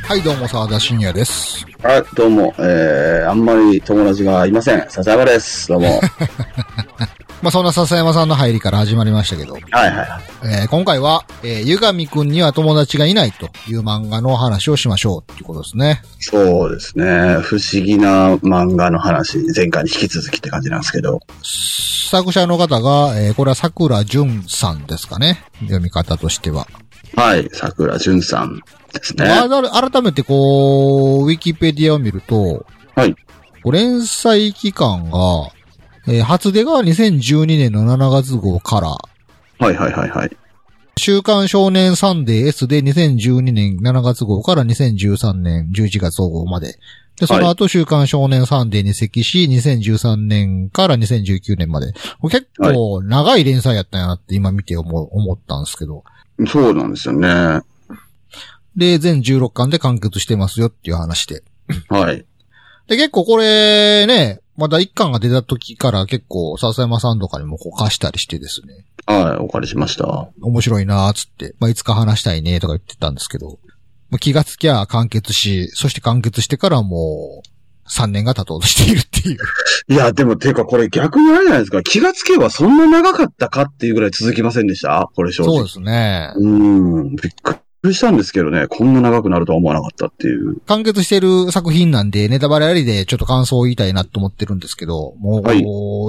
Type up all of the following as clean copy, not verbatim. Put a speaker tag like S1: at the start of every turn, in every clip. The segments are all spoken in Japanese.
S1: はい、どうも、沢田信也です。
S2: はい、どうも、あんまり友達がいません。笹山です。どうも。
S1: まあ、そんな笹山さんの入りから始まりましたけど。
S2: はいはい。
S1: 今回は、ゆがみくんには友達がいないという漫画の話をしましょうっていうことですね。
S2: そうですね。不思議な漫画の話、前回に引き続きって感じなんですけど。
S1: 作者の方が、これは桜淳さんですかね。読み方としては。
S2: はい、桜淳さんですね。
S1: 改めてウィキペディアを見ると、
S2: はい。
S1: 連載期間が、初出が2012年の7月号から、
S2: はいはいはいはい。
S1: 週刊少年サンデー S で2012年7月号から2013年11月号まで。で、その後週刊少年サンデーに移籍し、2013年から2019年まで。結構長い連載やったんやなって今見て思ったんですけど。
S2: そうなんですよね。
S1: で、全16巻で完結してますよっていう話で。
S2: はい。
S1: で、結構これね、まだ1巻が出た時から結構笹山さんとかにも貸したりしてですね。
S2: はい、お借りしました。
S1: 面白いなーつって、いつか話したいねとか言ってたんですけど、気がつきゃ完結し、そして完結してからもう3年が経とうとしているっていう。
S2: いや、でもてかこれ逆にあれじゃないですか。気がつけばそんな長かったかっていうぐらい続きませんでしたこれ正直。
S1: そうですね。
S2: びっくりしたんですけどね、こんな長くなるとは思わなかったっていう。
S1: 完結してる作品なんで、ネタバレありでちょっと感想を言いたいなと思ってるんですけど、もう、はい、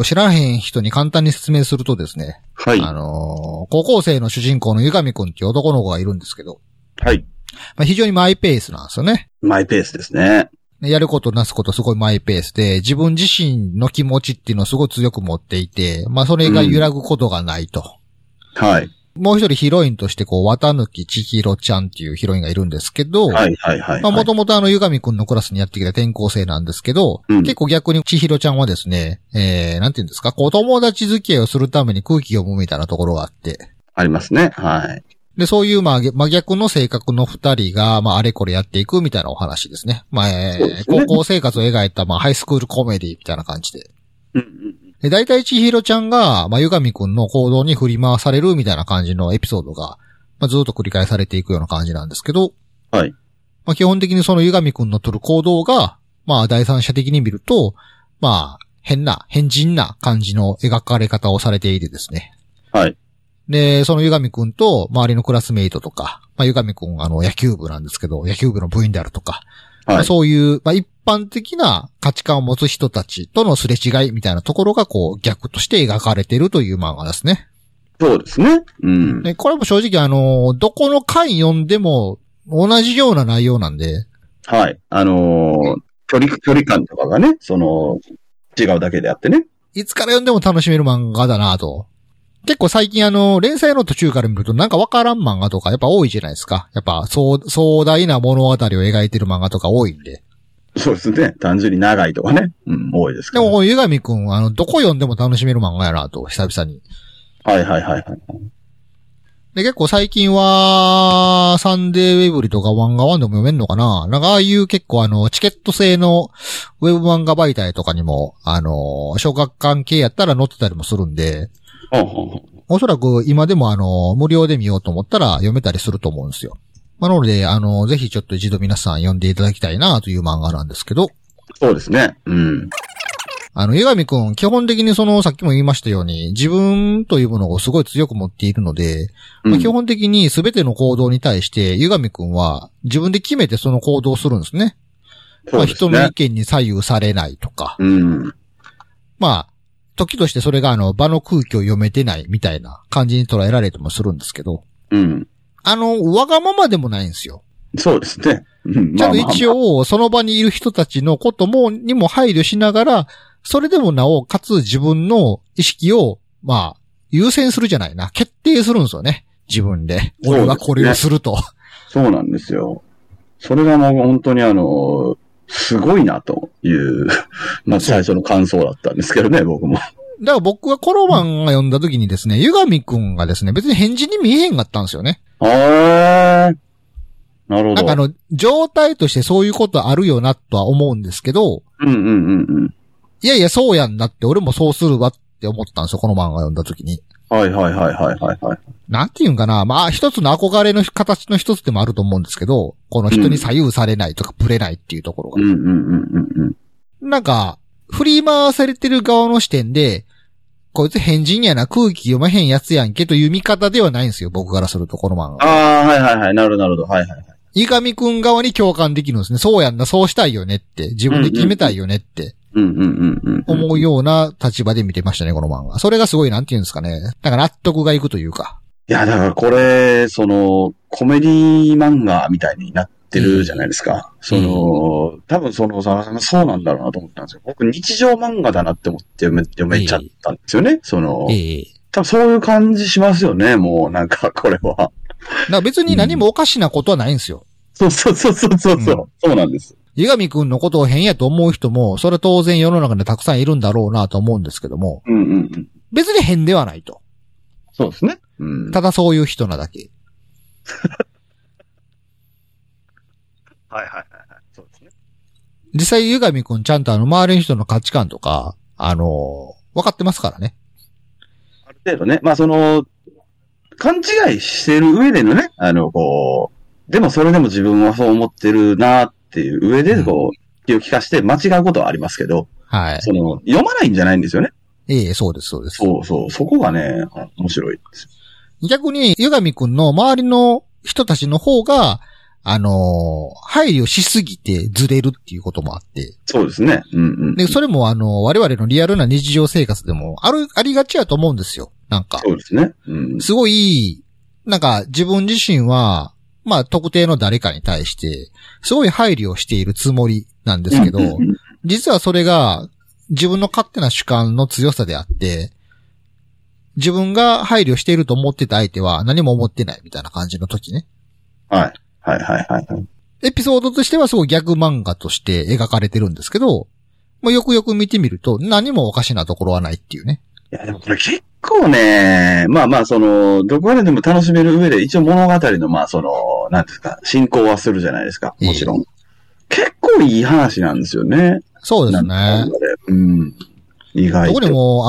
S1: 知らへん人に簡単に説明するとですね、
S2: はい。
S1: 高校生の主人公のゆがみくんっていう男の子がいるんですけど、
S2: はい。
S1: 非常にマイペースなんですよね。
S2: マイペースですね。
S1: やることなすことすごいマイペースで、自分自身の気持ちっていうのをすごい強く持っていて、それが揺らぐことがないと。
S2: はい。
S1: もう一人ヒロインとして綿貫千尋ちゃんっていうヒロインがいるんですけど、
S2: はいはいはい、はい。
S1: もともとゆがみくんのクラスにやってきた転校生なんですけど、結構逆に千尋ちゃんはですね、なんていうんですか、友達付き合いをするために空気を読むみたいなところがあって。
S2: ありますね。はい。
S1: で、そういう真逆の性格の二人が、あれこれやっていくみたいなお話ですね。高校生活を描いた、ハイスクールコメディみたいな感じで。で、大体千尋ちゃんが、ゆがみくんの行動に振り回されるみたいな感じのエピソードが、ずっと繰り返されていくような感じなんですけど、
S2: はい。
S1: 基本的にそのゆがみくんの取る行動が、第三者的に見ると、変人な感じの描かれ方をされていてですね。
S2: はい。
S1: で、そのゆがみくんと周りのクラスメイトとか、ゆがみくん野球部なんですけど、野球部の部員であるとか、はい、そういう、一般的な価値観を持つ人たちとのすれ違いみたいなところが逆として描かれているという漫画ですね。
S2: そうですね。うん。
S1: で、これも正直どこの回読んでも同じような内容なんで。
S2: はい。距離感とかがね、違うだけであってね。
S1: いつから読んでも楽しめる漫画だなと。結構最近連載の途中から見るとなんかわからん漫画とかやっぱ多いじゃないですか。やっぱ壮大な物語を描いてる漫画とか多いんで。
S2: そうですね。単純に長いとかね。多いですけど。
S1: でも、ゆがみくんどこ読んでも楽しめる漫画やなと、久々に。
S2: はいはいはいはい。
S1: で、結構最近は、サンデーウェブリとかワンガワンでも読めんのかな？なんかああいう結構チケット制のウェブ漫画媒体とかにも、小学関係やったら載ってたりもするんで、おそらく今でも無料で見ようと思ったら読めたりすると思うんですよ。なので、ぜひちょっと一度皆さん読んでいただきたいなという漫画なんですけど。
S2: そうですね。うん。
S1: ゆがみくん、基本的にさっきも言いましたように、自分というものをすごい強く持っているので、基本的に全ての行動に対して、ゆがみくんは自分で決めてその行動をするんですね。そうですね。人の意見に左右されないとか。時としてそれが場の空気を読めてないみたいな感じに捉えられてもするんですけど。わがままでもないんですよ。
S2: そうですね。
S1: ちゃんと一応、その場にいる人たちのことにも配慮しながら、それでもなお、かつ自分の意識を、優先するじゃないな。決定するんですよね。自分で。俺はこれをすると。
S2: そうなんですよ。それがもう本当にすごいなという、最初の感想だったんですけどね、僕も。
S1: だから僕はコロマンが読んだ時にですね、ゆがみくんがですね、別に返事に見えへんかったんですよね。
S2: なるほど。
S1: なんか状態としてそういうことあるよなとは思うんですけど、いやいや、そうやんなって、俺もそうするわって思ったんですよ、この漫画読んだ時に。
S2: はいはいはいはいはいはい。
S1: なんていうんかな。まあ、一つの憧れの形の一つでもあると思うんですけど、この人に左右されないとか、ブレないっていうところが。
S2: うんうんうんうんうん。
S1: なんか、振り回されてる側の視点で、こいつ変人やな、空気読まへんやつやんけという見方ではないんですよ、僕からすると、この漫画。
S2: ああ、はいはいはい。なるほどなるほど。はいはいはい。
S1: 伊上くん側に共感できるんですね。そうやんな、そうしたいよねって、自分で決めたいよねって、
S2: うんうんうんうん。
S1: 思うような立場で見てましたね、この漫画。それがすごい、なんていうんですかね。なんか納得がいくというか。
S2: いや、だからこれ、コメディ漫画みたいになってるじゃないですか。多分佐野さんがそうなんだろうなと思ったんですよ。僕、日常漫画だなって思って読めちゃったんですよね。多分そういう感じしますよね、もう、なんか、これは。だか
S1: ら別に何もおかしなことはないんですよ。
S2: そうそうそうそうそう、そうなんです。
S1: 伊上くんのことを変やと思う人も、それは当然世の中でたくさんいるんだろうなと思うんですけども、
S2: うんうんうん。
S1: 別に変ではないと。
S2: そうですね。うん、
S1: ただそういう人なだけ。
S2: はいはいはいはい。そうですね。
S1: 実際、湯上くんちゃんと周りの人の価値観とか、分かってますからね。
S2: ある程度ね。まあ勘違いしてる上でのね、でもそれでも自分はそう思ってるなっていう上で、気を利かして間違うことはありますけど、
S1: はい。
S2: 読まないんじゃないんですよね。
S1: そうです、そうです。
S2: そうそう。そこがね、面白いです。
S1: 逆に、湯上くんの周りの人たちの方が、配慮しすぎてずれるっていうこともあって。
S2: そうですね。うんうん。
S1: で、それも我々のリアルな日常生活でもありがちやと思うんですよ。なんか。
S2: そうですね。うん。
S1: すごい、なんか自分自身は、まあ特定の誰かに対して、すごい配慮をしているつもりなんですけど、実はそれが自分の勝手な主観の強さであって、自分が配慮していると思ってた相手は何も思ってないみたいな感じの時ね。
S2: はい。はいはいはい。
S1: エピソードとしてはすごいギャグ漫画として描かれてるんですけど、まあ、よくよく見てみると何もおかしなところはないっていうね。
S2: いやでもこれ結構ね、まあまあどこまででも楽しめる上で一応物語のなんですか、進行はするじゃないですか。もちろん。結構いい話なんですよね。
S1: そうですね。
S2: うん。意外と。
S1: どこでも、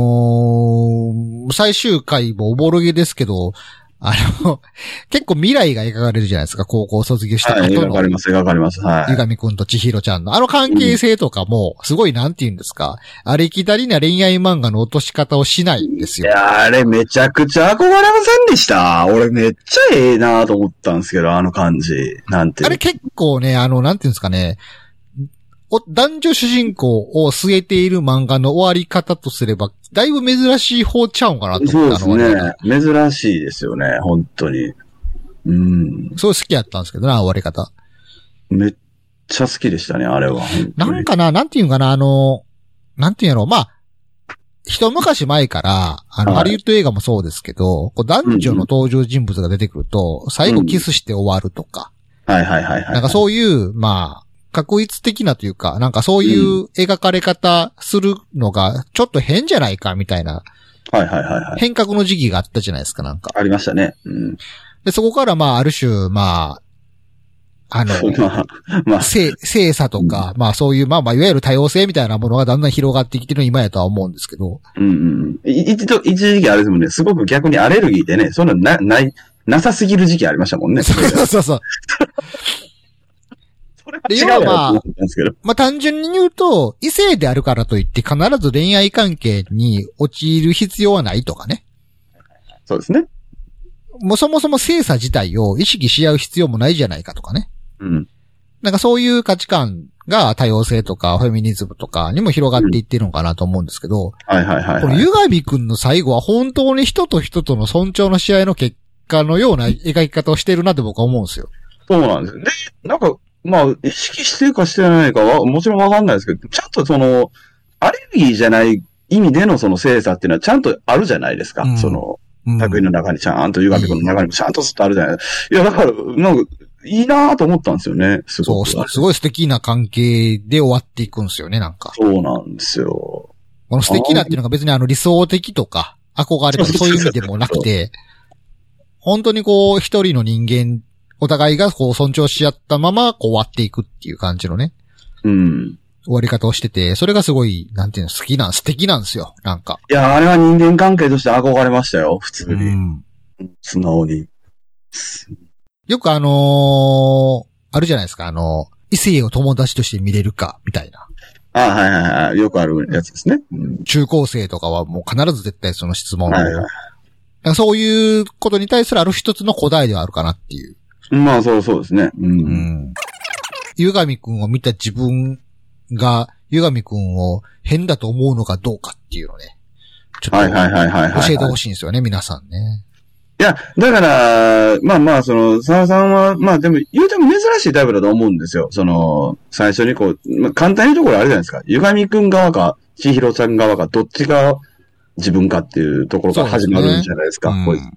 S1: 最終回もおぼろげですけど、結構未来が描かれるじゃないですか、高校卒業した後の。
S2: はい、描かれます、描かれます。はい。
S1: 湯上くんと千尋ちゃんの。関係性とかも、すごいなんて言うんですか。ありきたりな恋愛漫画の落とし方をしないんですよ。
S2: いや、あれめちゃくちゃ憧れませんでした。俺めっちゃええなと思ったんですけど、あの感じ。なんて。
S1: あれ結構ね、なんて言うんですかね。男女主人公を据えている漫画の終わり方とすれば、だいぶ珍しい方ちゃうんかなと思ったのはね。
S2: そうですね。珍しいですよね、本当に。うん。
S1: そう好きやったんですけどな、終わり方。
S2: めっちゃ好きでしたね、あれは。
S1: なんかな、なんていうんかな、なんていうんやろ、まあ、一昔前から、ハリウッド映画もそうですけど、男女の登場人物が出てくると、最後キスして終わるとか。
S2: はいはいはいはい。
S1: なんかそういう、まあ、確一的なというか、なんかそういう描かれ方するのがちょっと変じゃないかみたいな。
S2: はいはいはいはい。
S1: 変革の時期があったじゃないですか、なんか。
S2: ありましたね。うん。
S1: で、そこからまあ、ある種、まあ、性差とか、まあそういう、まあまあ、いわゆる多様性みたいなものがだんだん広がってきてる今やとは思うんですけど。
S2: うんうん。一時期あれですもんね、すごく逆にアレルギーでね、そんななさすぎる時期ありましたもんね。
S1: そうそう。
S2: で、要は
S1: まあ単純に言うと、異性であるからといって必ず恋愛関係に陥る必要はないとかね。
S2: そうですね。
S1: もうそもそも性差自体を意識し合う必要もないじゃないかとかね。
S2: うん。
S1: なんかそういう価値観が多様性とかフェミニズムとかにも広がっていってるのかなと思うんですけど、
S2: はいはいはい。
S1: この湯上くんの最後は本当に人と人との尊重の試合の結果のような描き方をしてるなって僕は思うんですよ。
S2: そうなんですよ。で、なんか、まあ、意識してるかしてないかは、もちろんわかんないですけど、ちゃんとアレルギーじゃない意味での性差っていうのはちゃんとあるじゃないですか。作品の中にちゃんと、湯上くんの中にもちゃんとずっとあるじゃないですか。いや、だから、なんか、いいなぁと思ったんですよね。すごく。
S1: そう、すごい素敵な関係で終わっていくんですよね、なんか。
S2: そうなんですよ。
S1: この素敵なっていうのが別に理想的とか、憧れとかそういう意味でもなくて、本当に一人の人間、お互いが尊重し合ったまま終わっていくっていう感じのね。
S2: うん。
S1: 終わり方をしてて、それがすごい、なんていうの、素敵なんですよ、なんか。
S2: いや、あれは人間関係として憧れましたよ、普通に。素直に。
S1: よくあるじゃないですか、異性を友達として見れるか、みたいな。
S2: はいはいはい。よくあるやつですね。
S1: 中高生とかはもう必ず絶対その質問を。
S2: はいはい、
S1: そういうことに対するある一つの答えではあるかなっていう。
S2: まあそうですね。
S1: ゆがみくんを見た自分が、ゆがみくんを変だと思うのかどうかっていうのね。ちょっと教えてほしいんですよね、皆さんね。
S2: いや、だから、まあ、佐野さんは、まあでも、言うても珍しいタイプだと思うんですよ。最初にこう、簡単に言うところあるじゃないですか。ゆがみくん側か、ちひろちゃん側か、どっちが自分かっていうところから始まるんじゃないですか。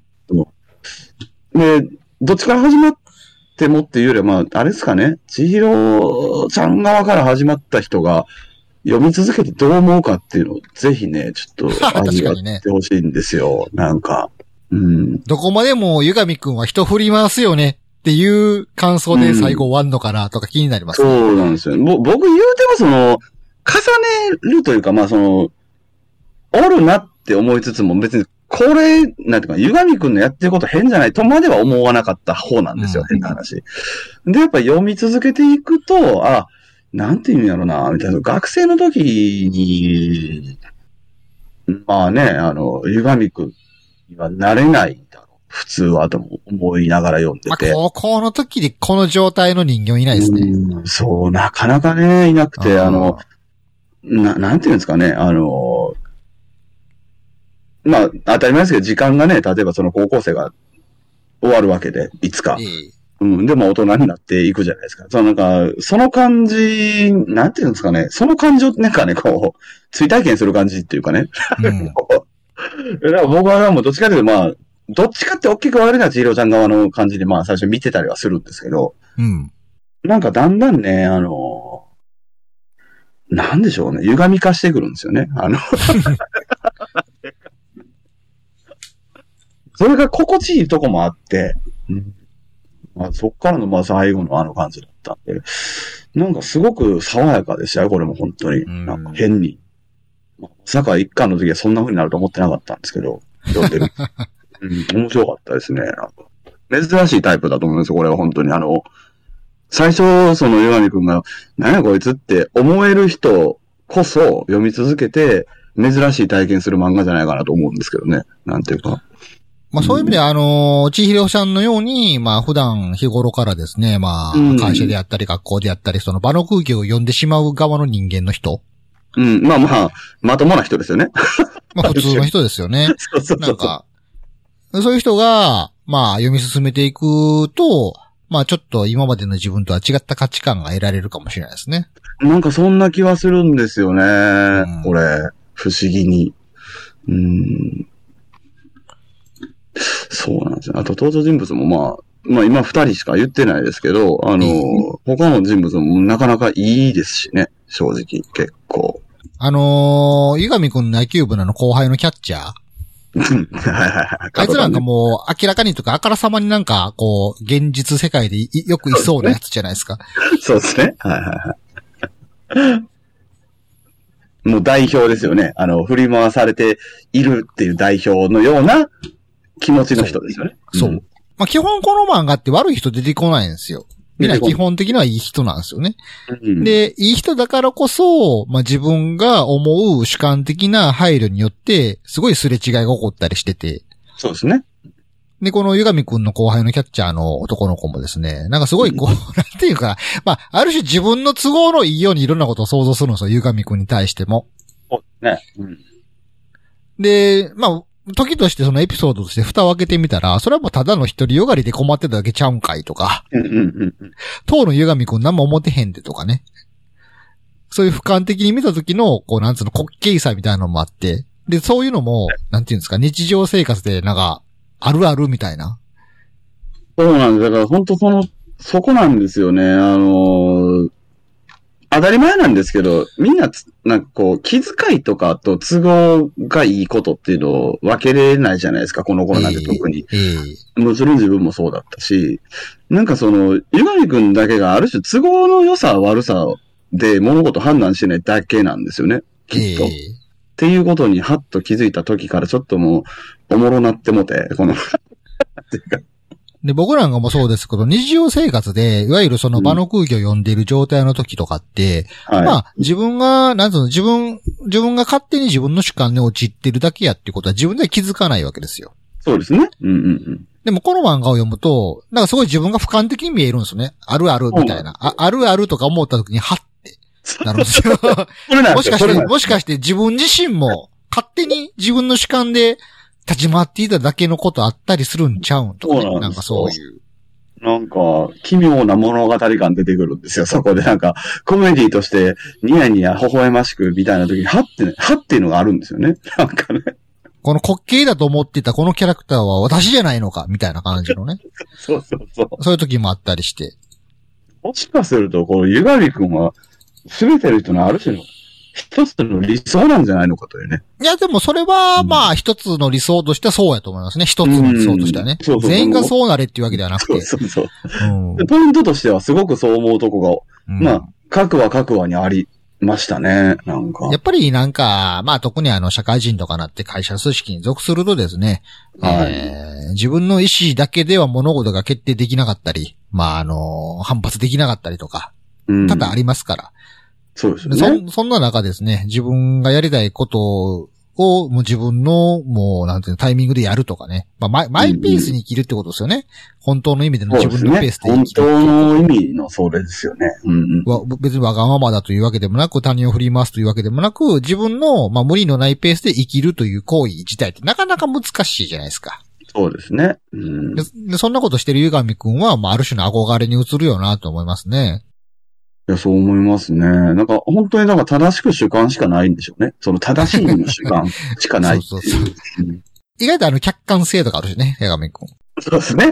S2: で、どっちから始まってもっていうよりは、まあ、あれですかね。ちひろちゃん側から始まった人が、読み続けてどう思うかっていうのを、ぜひね、ちょっと、味わってほしいんですよ。なんか。
S1: どこまでもゆがみくんは人振り回すよねっていう感想で最後終わんのかなとか気になります、ね
S2: そうなんですよ。僕言うても重ねるというか、まあおるなって思いつつも別にこれ、なんていうか、ゆがみくんのやってること変じゃないとまでは思わなかった方なんですよ、変な話。で、やっぱ読み続けていくと、なんていうんやろな、みたいな。学生の時に、まあね、ゆがみくんにはなれないだろう。普通はと思いながら読んでて。
S1: 高校の時でこの状態の人間いないですね。
S2: そう、なかなかね、いなくて、なんていうんですかね、まあ、当たり前ですけど、時間がね、例えばその高校生が終わるわけで、いつか。でも大人になっていくじゃないですか。その感じ、なんていうんですかね、その感情なんかね、こう、追体験する感じっていうかね。だから僕はもうどっちかというと、まあ、どっちかって大きく悪いのは千尋ちゃん側の感じで、まあ最初見てたりはするんですけど、なんかだんだんね、なんでしょうね、歪み化してくるんですよね。それが心地いいとこもあって、まあ、そっからのまあ最後の感じだったんで、なんかすごく爽やかでしたよ、これも本当に。なんか変に。まさか一巻の時はそんな風になると思ってなかったんですけど、読んでる。面白かったですね。なんか珍しいタイプだと思うんですよ、これは本当に。最初、ゆがみくんが、なんやこいつって思える人こそ読み続けて、珍しい体験する漫画じゃないかなと思うんですけどね。なんていうか。
S1: まあそういう意味で千尋さんのように、まあ普段日頃からですね、まあ会社であったり学校であったり、その場の空気を読んでしまう側の人間の人。
S2: まあ、まともな人ですよね。
S1: まあ普通の人ですよね。なんか、そういう人が、まあ読み進めていくと、まあちょっと今までの自分とは違った価値観が得られるかもしれないですね。
S2: なんかそんな気はするんですよね。これ、不思議に。そうなんですよ。あと登場人物もまあ今二人しか言ってないですけど、他の人物もなかなかいいですしね。正直、結構。
S1: ゆがみくんの野球部の後輩のキャッチャー。あいつなんかもう明らかにとかあからさまになんかこう現実世界でよくいそうなやつじゃないですか。
S2: そうですね。もう代表ですよね。振り回されているっていう代表のような気持ちの人ですよね。
S1: そう。まあ基本この漫画って悪い人出てこないんですよ。みんな基本的にはいい人なんですよね。で、いい人だからこそ、まあ自分が思う主観的な配慮によって、すごいすれ違いが起こったりしてて。
S2: そうですね。
S1: で、このゆがみくんの後輩のキャッチャーの男の子もですね、なんかすごいこう、なんていうか、まあ、ある種自分の都合のいいようにいろんなことを想像するんですよ、ゆがみくんに対しても。
S2: そうですね。
S1: で、まあ、時としてそのエピソードとして蓋を開けてみたら、それはもうただの一人よがりで困ってただけちゃうんかいとか、当のゆがみくん何も思ってへんでとかね。そういう俯瞰的に見た時の、こうなんつうの、滑稽さみたいなのもあって、で、そういうのも、なんていうんですか、日常生活でなんか、あるあるみたいな。
S2: そうなんです。だから本当そこなんですよね。当たり前なんですけど、みんな、なんかこう、気遣いとかと都合がいいことっていうのを分けれないじゃないですか、この頃なんて特に。もちろん自分もそうだったし、なんかゆがみくんだけがある種都合の良さ悪さで物事判断してないだけなんですよね。きっと。っていうことにハッと気づいた時からちょっともう、おもろなってもて、この
S1: で、僕なんかもそうですけど、日常生活で、いわゆるその場の空気を読んでいる状態の時とかって、まあ、自分が、なんつうの、自分が勝手に自分の主観に陥ってるだけやっていうことは自分では気づかないわけですよ。
S2: そうですね。うんうんうん。
S1: でもこの漫画を読むと、なんかすごい自分が俯瞰的に見えるんですよね。あるあるみたいな。あるあるとか思った時に、はってなるんですよ。もしかして自分自身も勝手に自分の主観で立ち回っていただけのことあったりするんちゃうんとか、ね、なんかそういう。
S2: なんか、奇妙な物語感出てくるんですよ。そこでなんか、コメディとしてニヤニヤ微笑ましくみたいな時に、はっていうのがあるんですよね。なんかね。
S1: この滑稽だと思っていたこのキャラクターは私じゃないのかみたいな感じのね。
S2: そう。
S1: そういう時もあったりして。
S2: もしかすると、このゆがみくんは、全ての人のある種の一つの理想なんじゃないのかというね。
S1: いや、でもそれは、まあ、一つの理想としてはそうやと思いますね。一つの理想としてはね。そう全員がそうなれっていうわけではなくて。
S2: そう。ポイントとしてはすごくそう思うとこが、まあ、各話にありましたね、なんか。
S1: やっぱりなんか、まあ特に社会人とかなって会社組織に属するとですね、自分の意思だけでは物事が決定できなかったり、まあ反発できなかったりとか、多々ありますから。
S2: そうですね。
S1: そんな中ですね、自分がやりたいことをもう自分のもうなんていうのタイミングでやるとかね。まあマイペースに生きるってことですよね。本当の意味での自分のペースで生きる。
S2: 本当の意味のそれですよね。
S1: 別にわがままだというわけでもなく、他人を振り回すというわけでもなく、自分のまあ無理のないペースで生きるという行為自体ってなかなか難しいじゃないですか。
S2: そうですね。
S1: でそんなことしてるゆがみくんは、まあある種の憧れに移るよなと思いますね。
S2: いや、そう思いますね。なんか、本当になんか正しく主観しかないんでしょうね。その正しいの主観しかないそう。
S1: 意外と客観性とかあるしね、やがみくん。
S2: そうですね。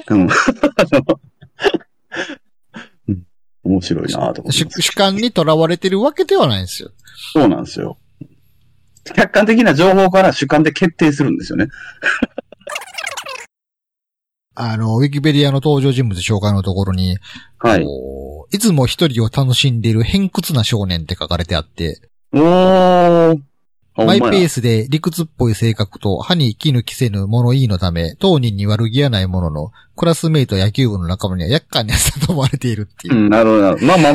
S2: 面白いなと思って。
S1: 主観にとらわれてるわけではないんですよ。
S2: そうなんですよ。客観的な情報から主観で決定するんですよね。
S1: ウィキペディアの登場人物紹介のところに、いつも一人を楽しんでいる偏屈な少年って書かれてあって、マイペースで理屈っぽい性格と歯に衣着せぬ物言いのため、当人に悪気はないものの、クラスメイト野球部の仲間には厄介なやつだと思われているっていう。
S2: なるほど。まあ。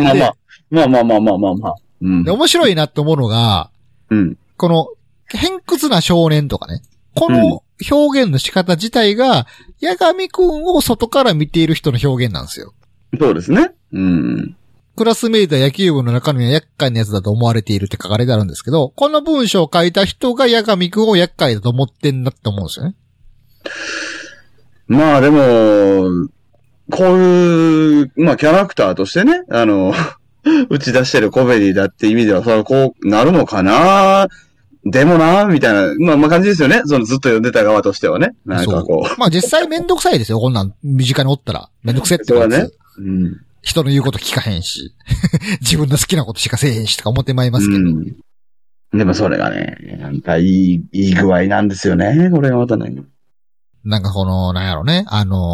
S1: 面白いなって思うのが、この、偏屈な少年とかね、この表現の仕方自体が、八神くんを外から見ている人の表現なんですよ。
S2: そうですね。
S1: クラスメイト野球部の中身は厄介なやつだと思われているって書かれてあるんですけど、この文章を書いた人が八神くんを厄介だと思ってんだって思うんですよね。
S2: まあでも、こういう、まあキャラクターとしてね、打ち出してるコメディだって意味では、それはこうなるのかなでもなみたいな、まあ感じですよね。そのずっと読んでた側としてはね。なんかこう。
S1: まあ実際めんどくさいですよ。こんなん身近におったら。めんどくせってことね。人の言うこと聞かへんし、自分の好きなことしかせえへんしとか思ってまいりますけど。
S2: でもそれがね、なんかいい具合なんですよね。これがまたね。
S1: なんかこの、なんやろね。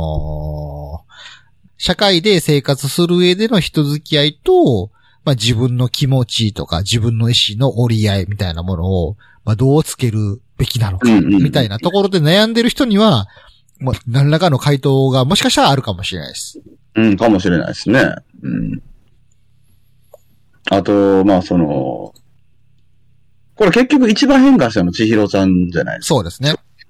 S1: 社会で生活する上での人付き合いと、まあ自分の気持ちとか自分の意思の折り合いみたいなものを、まあどうつけるべきなのか、みたいなところで悩んでる人には、もう何らかの回答がもしかしたらあるかもしれないです。
S2: かもしれないですね。あと、まあこれ結局一番変化したの千尋ちゃんじゃないですか。
S1: そうですね。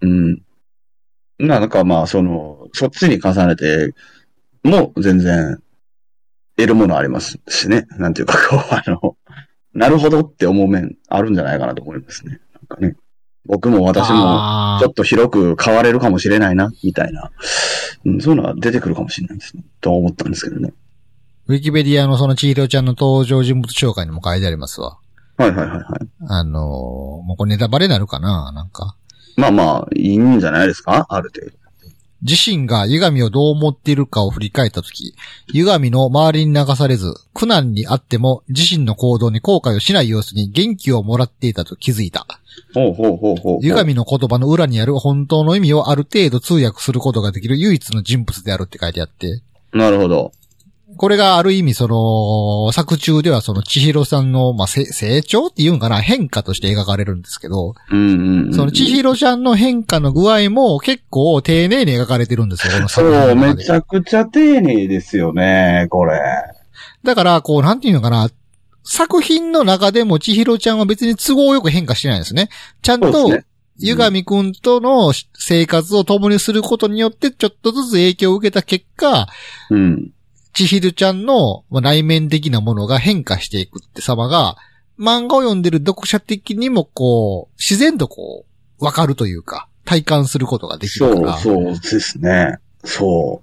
S2: なんかまあそっちに重ねて、もう全然、得るものありますしね。なんていうか、なるほどって思う面あるんじゃないかなと思いますね。なんかね。僕も私も、ちょっと広く変われるかもしれないな、みたいな。そういうのは出てくるかもしれないですね。と思ったんですけどね。
S1: ウィキペディアのその千尋ちゃんの登場人物紹介にも書いてありますわ。
S2: はい。
S1: もうこれネタバレになるかななんか。
S2: まあ、いいんじゃないですかある程度。
S1: 自身が湯神をどう思っているかを振り返ったとき、湯神の周りに流されず、苦難にあっても自身の行動に後悔をしない様子に元気をもらっていたと気づいた。湯神の言葉の裏にある本当の意味をある程度通訳することができる唯一の人物であるって書いてあって。
S2: なるほど。
S1: これがある意味作中では千尋さんの、成長っていうんかな、変化として描かれるんですけど、千尋ちゃんの変化の具合も結構丁寧に描かれてるんですよ、この作品の中で。
S2: そう、めちゃくちゃ丁寧ですよね、これ。
S1: だから、なんていうのかな、作品の中でも千尋ちゃんは別に都合よく変化してないんですね。ちゃんと、ゆがみくんとの生活を共にすることによって、ちょっとずつ影響を受けた結果、千尋ちゃんの内面的なものが変化していくって様が、漫画を読んでる読者的にも自然とわかるというか、体感することができるから。
S2: そうですね。そう。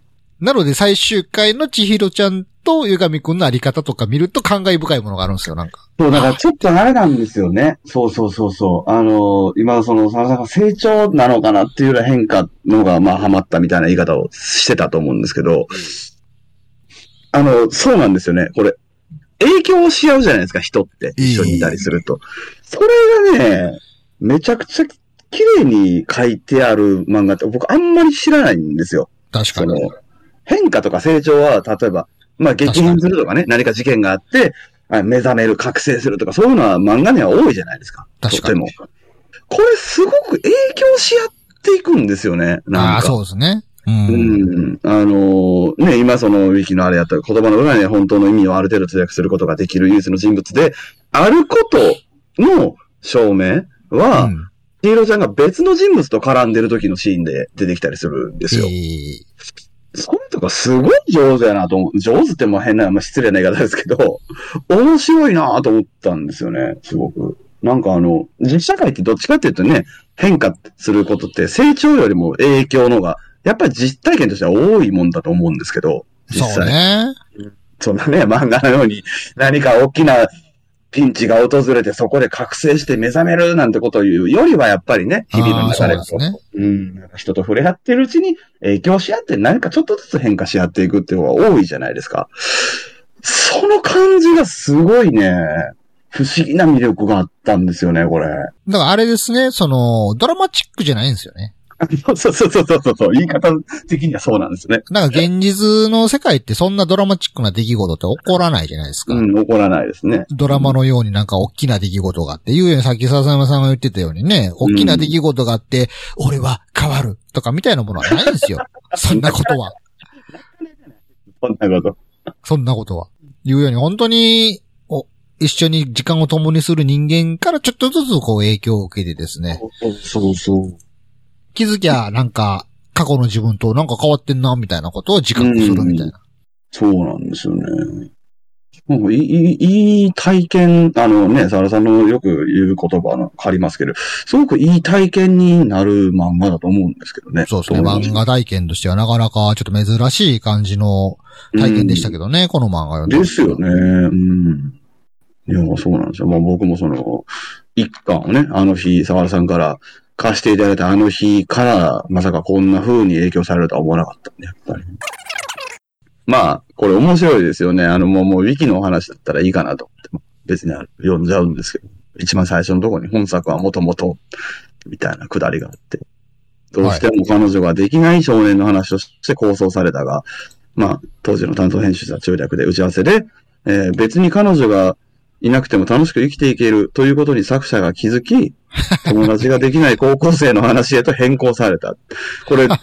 S1: なので最終回の千尋ちゃんとゆがみくんのあり方とか見ると感慨深いものがあるんですよ、なんか。
S2: そう、だからちょっとあれなんですよね。そう。今佐野さんが成長なのかなっていうような変化のが、ハマったみたいな言い方をしてたと思うんですけど、そうなんですよね。これ、影響し合うじゃないですか、人って。一緒にいたりすると。それがね、めちゃくちゃ綺麗に書いてある漫画って僕あんまり知らないんですよ。
S1: 確かに。
S2: 変化とか成長は、例えば、激変するとかね、何か事件があって、目覚める、覚醒するとか、そういうのは漫画には多いじゃないですか。
S1: 確かに。
S2: とても。これすごく影響し合っていくんですよね。なんか。
S1: そうですね。
S2: 今ウィキのあれやったら言葉の裏に本当の意味をある程度通訳することができる唯一の人物で、あることの証明は、千尋ちゃんが別の人物と絡んでる時のシーンで出てきたりするんですよ。それとかすごい上手やなと思う。上手って変な、失礼な言い方ですけど、面白いなと思ったんですよね、すごく。なんか実社会ってどっちかっていうとね、変化することって成長よりも影響のが、やっぱり実体験としては多いもんだと思うんですけど、実際。
S1: そうね。
S2: そんなね、漫画のように何か大きなピンチが訪れてそこで覚醒して目覚めるなんてことを言うよりはやっぱりね、日々の中で人と触れ合ってるうちに影響し合って何かちょっとずつ変化し合っていくっていうのが多いじゃないですか。その感じがすごいね、不思議な魅力があったんですよね、これ。だか
S1: らあれですね、ドラマチックじゃないんですよね。
S2: そう。言い方的にはそうなんですね。
S1: なんか現実の世界ってそんなドラマチックな出来事って起こらないじゃないですか。
S2: 起こらないですね。
S1: ドラマのようになんか大きな出来事があっていうようにさっき笹山さんが言ってたようにね、大きな出来事があって、俺は変わるとかみたいなものはないんですよ。そんなことは。そんなことは。いうように本当に、一緒に時間を共にする人間からちょっとずつ影響を受けてですね。
S2: そう。
S1: 気づきゃ、なんか、過去の自分となんか変わってんな、みたいなことを自覚するみたいな。
S2: そうなんですよね。いい体験、沢田さんのよく言う言葉借りますけど、すごくいい体験になる漫画だと思うんですけどね。
S1: そうですね。漫画体験としてはなかなかちょっと珍しい感じの体験でしたけどね、この漫画読んで。
S2: ですよね。いや、そうなんですよ。僕も一巻をね、あの日、沢田さんから貸していただいたあの日から、まさかこんな風に影響されるとは思わなかったんで、やっぱり。これ面白いですよね。もうウィキのお話だったらいいかなと思って、別に読んじゃうんですけど、一番最初のところに本作はもともと、みたいなくだりがあって、どうしても彼女ができない少年の話として構想されたが、当時の担当編集者中略で打ち合わせで、別に彼女がいなくても楽しく生きていけるということに作者が気づき、友達ができない高校生の話へと変更された。これ、我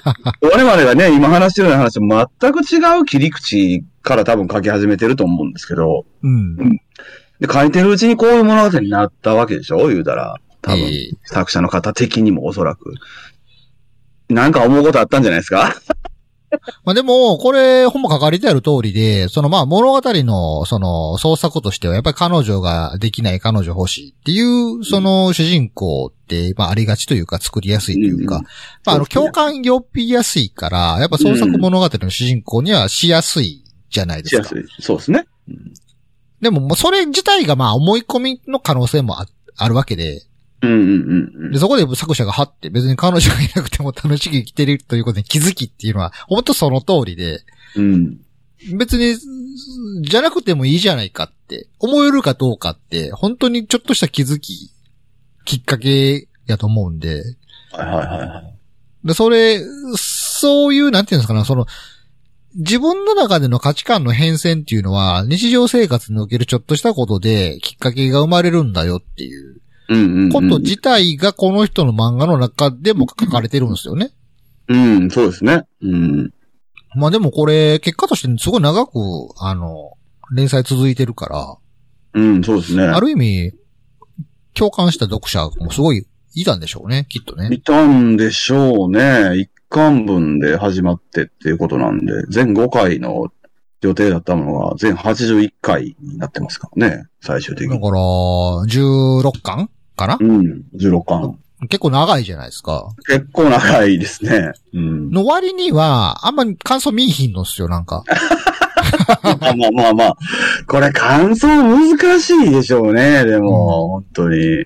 S2: 々がね、今話してるような話と全く違う切り口から多分書き始めてると思うんですけど、で、書いてるうちにこういう物語になったわけでしょ言うたら。多分、作者の方的にもおそらく。なんか思うことあったんじゃないですか
S1: でも、これ、ほんま書かれてある通りで、物語の、創作としては、やっぱり彼女ができない彼女欲しいっていう、主人公って、ありがちというか、作りやすいというか、共感呼びやすいから、やっぱ創作物語の主人公にはしやすいじゃないですか。
S2: しやすい。そうですね。
S1: でも、それ自体が思い込みの可能性もあるわけで、で、そこで作者がはって別に彼女がいなくても楽しく生きてるということに気づきっていうのは、本当その通りで、別に、じゃなくてもいいじゃないかって思えるかどうかって、本当にちょっとした気づき、きっかけやと思うんで。で、そういう、なんていうんですかね、 自分の中での価値観の変遷っていうのは、日常生活におけるちょっとしたことできっかけが生まれるんだよっていうこと自体がこの人の漫画の中でも書かれてるんですよね。
S2: うん、そうですね。うん。
S1: まあでもこれ、結果としてすごい長く、連載続いてるから。
S2: うん、そうですね。
S1: ある意味、共感した読者もすごいいたんでしょうね、きっとね。
S2: いたんでしょうね。一巻分で始まってっていうことなんで、全5回の予定だったものが全81回になってますからね、最終的に。
S1: だから、16巻かな？
S2: うん、16巻。
S1: 結構長いじゃないですか。
S2: 結構長いですね。うん。
S1: の割には、あんまり感想見えひんのっすよ、なんか。
S2: まあ。これ感想難しいでしょうね、でも、本当に。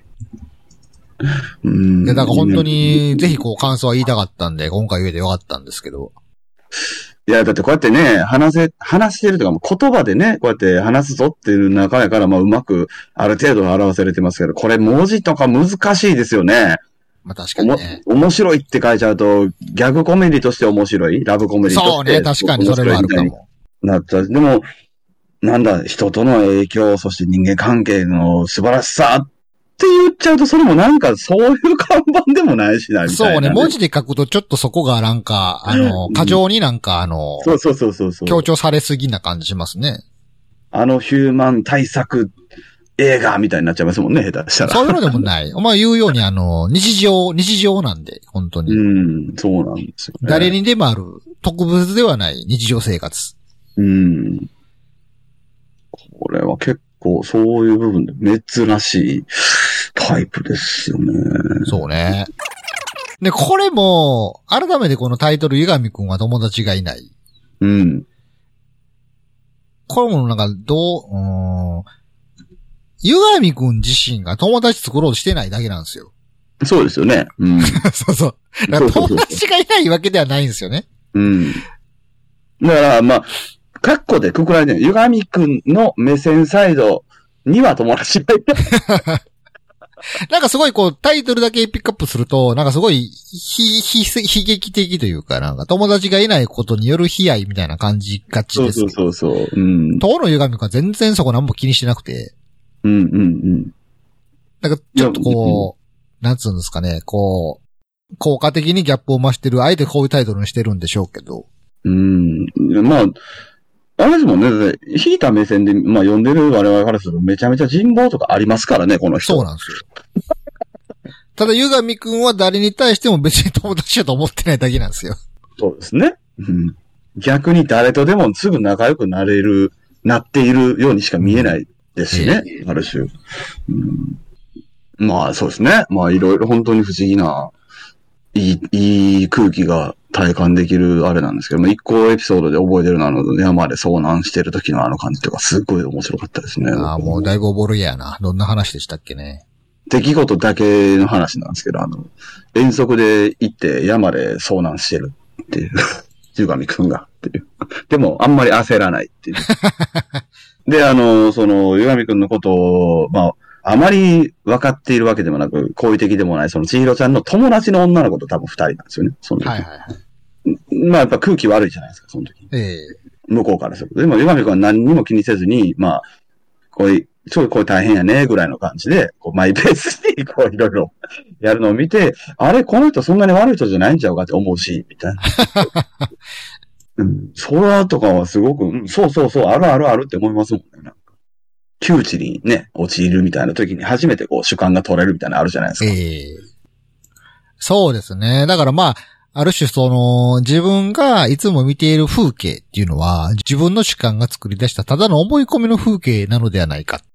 S1: で、だから本当に、ぜひこう感想は言いたかったんで、今回言えてよかったんですけど。
S2: いや、だってこうやってね、話してるとか、も言葉でね、こうやって話すぞっていう中やから、まあうまく、ある程度表されてますけど、これ文字とか難しいですよね。
S1: まあ確かにね。
S2: 面白いって書いちゃうと、ギャグコメディとして面白い、ラブコメディとして。
S1: そうね、確かにそれはあるかも。
S2: なっちゃう。でも、なんだ、人との影響、そして人間関係の素晴らしさって言っちゃうと、それもなんか、そういう看板でもないしな、みたいな、
S1: そうね、文字で書くとちょっとそこがなんか、過剰になんか
S2: そう。
S1: 強調されすぎな感じしますね。
S2: ヒューマン対策映画みたいになっちゃいますもんね、下手したら。
S1: そういうのでもない。お前言うように日常なんで、本当に。
S2: そうなんですよ、ね。
S1: 誰にでもある、特別ではない日常生活。
S2: これは結構そういう部分で珍しいタイプですよね。
S1: そうね。で、これも、改めてこのタイトル、ゆがみくんは友達がいない。これもなんか、ゆがみくん自身が友達作ろうとしてないだけなんですよ。
S2: そうですよね。
S1: そう。だから友達がいないわけではないんですよね。
S2: だから、まあ、カッコでくくられてる。ゆがみくんの目線サイドには友達がいない。
S1: なんかすごいこう、タイトルだけピックアップすると、なんかすごい、悲劇的というか、なんか友達がいないことによる悲哀みたいな感じがちですけど。
S2: そう。
S1: 当のゆがみくんは全然そこ何も気にしてなくて。なんかちょっとこう、なんつうんですかね、こう、効果的にギャップを増してる、あえてこういうタイトルにしてるんでしょうけど。
S2: まあ、あれですもんね。引いた目線で、まあ読んでる我々からするとめちゃめちゃ人望とかありますからね、この人。
S1: そうなんですよ。ただ、ゆがみくんは誰に対しても別に友達だと思ってないだけなんですよ。
S2: そうですね。逆に誰とでもすぐ仲良くなっているようにしか見えないですしね、ある種。まあそうですね。まあいろいろ本当に不思議な、いい空気が体感できるあれなんですけども、一個エピソードで覚えてるのは山で遭難してる時の感じとかすっごい面白かったですね。
S1: もうだいぶ覚えるやな。どんな話でしたっけね。
S2: 出来事だけの話なんですけど、遠足で行って山で遭難してるっていう、ゆがみくんがっていう。でもあんまり焦らないっていう。で、ゆがみくんのことを、まあ、あまり分かっているわけでもなく、好意的でもない、その千尋ちゃんの友達の女の子と多分2人なんですよね。その時。まあやっぱ空気悪いじゃないですか、その時。向こうからすると。でも、ゆがみくんは何にも気にせずに、まあ、これ大変やね、ぐらいの感じで、こうマイペースに、こういろいろやるのを見て、あれ、この人そんなに悪い人じゃないんちゃうかって思うし、みたいな。空とかはすごく、そう、あるって思いますもんね。なんか窮地にね、陥るみたいな時に初めてこう主観が取れるみたいなのあるじゃないですか。
S1: そうですね。だからまあ、ある種自分がいつも見ている風景っていうのは、自分の主観が作り出したただの思い込みの風景なのではないか。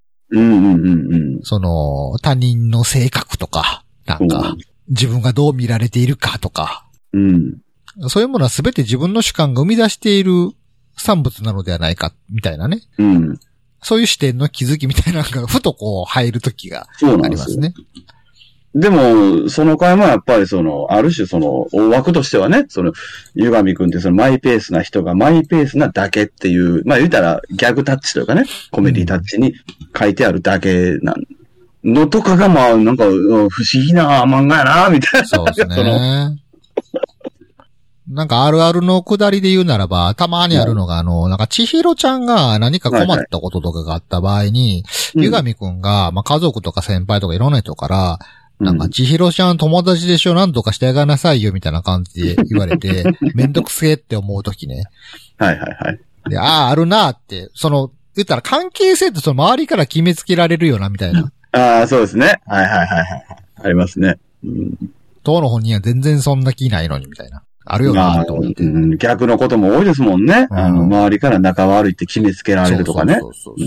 S1: 他人の性格とか、なんか、自分がどう見られているかとか。そういうものは全て自分の主観が生み出している産物なのではないか、みたいなね。そういう視点の気づきみたいなのが、ふとこう入る時がありますね。
S2: でも、その回もやっぱりある種大枠としてはね、ゆがみくんってマイペースな人がマイペースなだけっていう、まあ言ったらギャグタッチというかね、コメディタッチに書いてあるだけなんのとかがまあなんか不思議な漫画やな、みたいな。
S1: そうですね。 なんかあるあるのくだりで言うならば、たまにあるのが、なんか千尋ちゃんが何か困ったこととかがあった場合に、ゆがみくんが、まあ、家族とか先輩とかいろんな人から、なんか、千尋ちゃん友達でしょ、なんとかしてあげなさいよ、みたいな感じで言われて、めんどくせえって思うときね。
S2: はいはいはい。
S1: で、あるなーって、言ったら関係性って周りから決めつけられるよな、みたいな。
S2: ああ、そうですね。はいはいはいはい。ありますね。
S1: 当の本人は全然そんな気ないのに、みたいな。あるよな、と思って、
S2: 逆のことも多いですもんね。周りから仲悪いって決めつけられるとかね。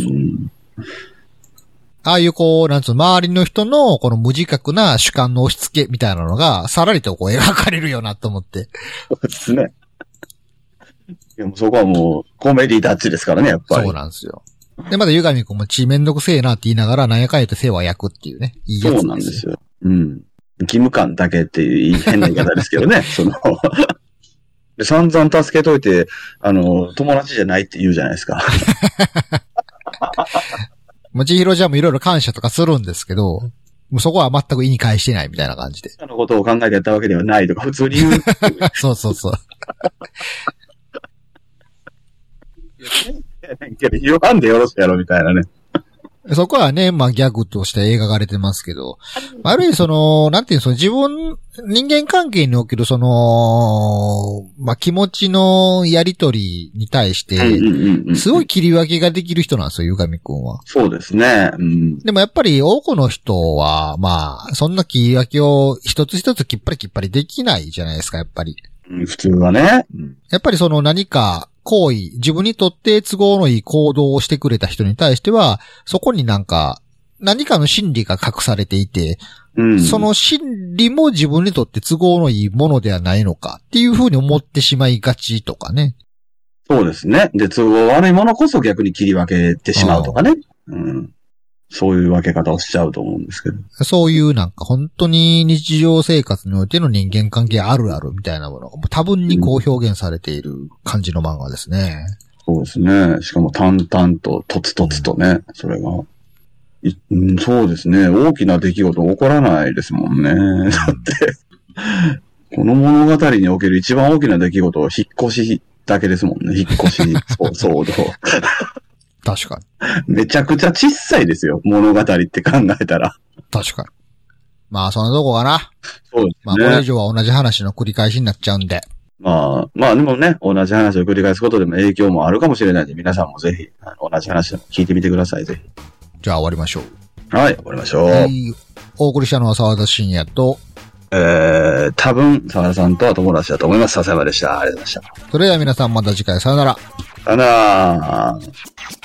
S2: ああいうなんつう周りの人のこの無自覚な主観の押し付けみたいなのが、さらりと描かれるよなと思って。 そうですね。いやもうそこはもう、コメディタッチですからね、やっぱり。
S1: そうなんですよ。で、まだゆがみくんもめんどくせえなって言いながら、なんやかんやと世話焼くっていうね。いいやつですよ。
S2: そうなんですよ。義務感だけっていう変な言い方ですけどね。で散々助けといて、友達じゃないって言うじゃないですか。
S1: もう千尋ちゃんもいろいろ感謝とかするんですけど、もうそこは全く意に介してないみたいな感じで。
S2: そのことを考えてやったわけではないとか普通に言う。
S1: そうそうそう。
S2: 言わんでよろしいやろみたいなね。
S1: そこはね、まあギャグとして描かれてますけど、ある意味なんていうの、人間関係におけるまあ気持ちのやりとりに対して、すごい切り分けができる人なんですよ、ゆがみくんは。
S2: そうですね。
S1: でもやっぱり多くの人は、まあ、そんな切り分けを一つ一つきっぱりできないじゃないですか、やっぱり。
S2: 普通はね。
S1: やっぱり何か、行為、自分にとって都合のいい行動をしてくれた人に対しては、そこに何かの心理が隠されていて、その心理も自分にとって都合のいいものではないのかっていうふうに思ってしまいがちとかね。
S2: そうですね。で、都合悪いものこそ逆に切り分けてしまうとかね。そういう分け方をしちゃうと思うんですけど。
S1: そういうなんか本当に日常生活においての人間関係あるあるみたいなものが多分に表現されている感じの漫画ですね。
S2: そうですね。しかも淡々と、とつとつとね、それが。そうですね。大きな出来事起こらないですもんね。だって、この物語における一番大きな出来事は引っ越しだけですもんね。引っ越し騒動。
S1: 確か
S2: に。めちゃくちゃ小さいですよ。物語って考えたら。
S1: 確かに。まあ、そんなとこかな。
S2: そうですね。
S1: まあ、これ以上は同じ話の繰り返しになっちゃうんで。
S2: まあでもね、同じ話を繰り返すことでも影響もあるかもしれないんで、皆さんもぜひ、同じ話を聞いてみてください、ぜひ。
S1: じゃあ終わりましょ
S2: う。はい、終わりましょう。
S1: お送りしたのは沢田信也と、
S2: 多分、沢田さんとは友達だと思います。笹山でした。ありがとうございました。
S1: それでは皆さんまた次回さよなら。
S2: さよなら。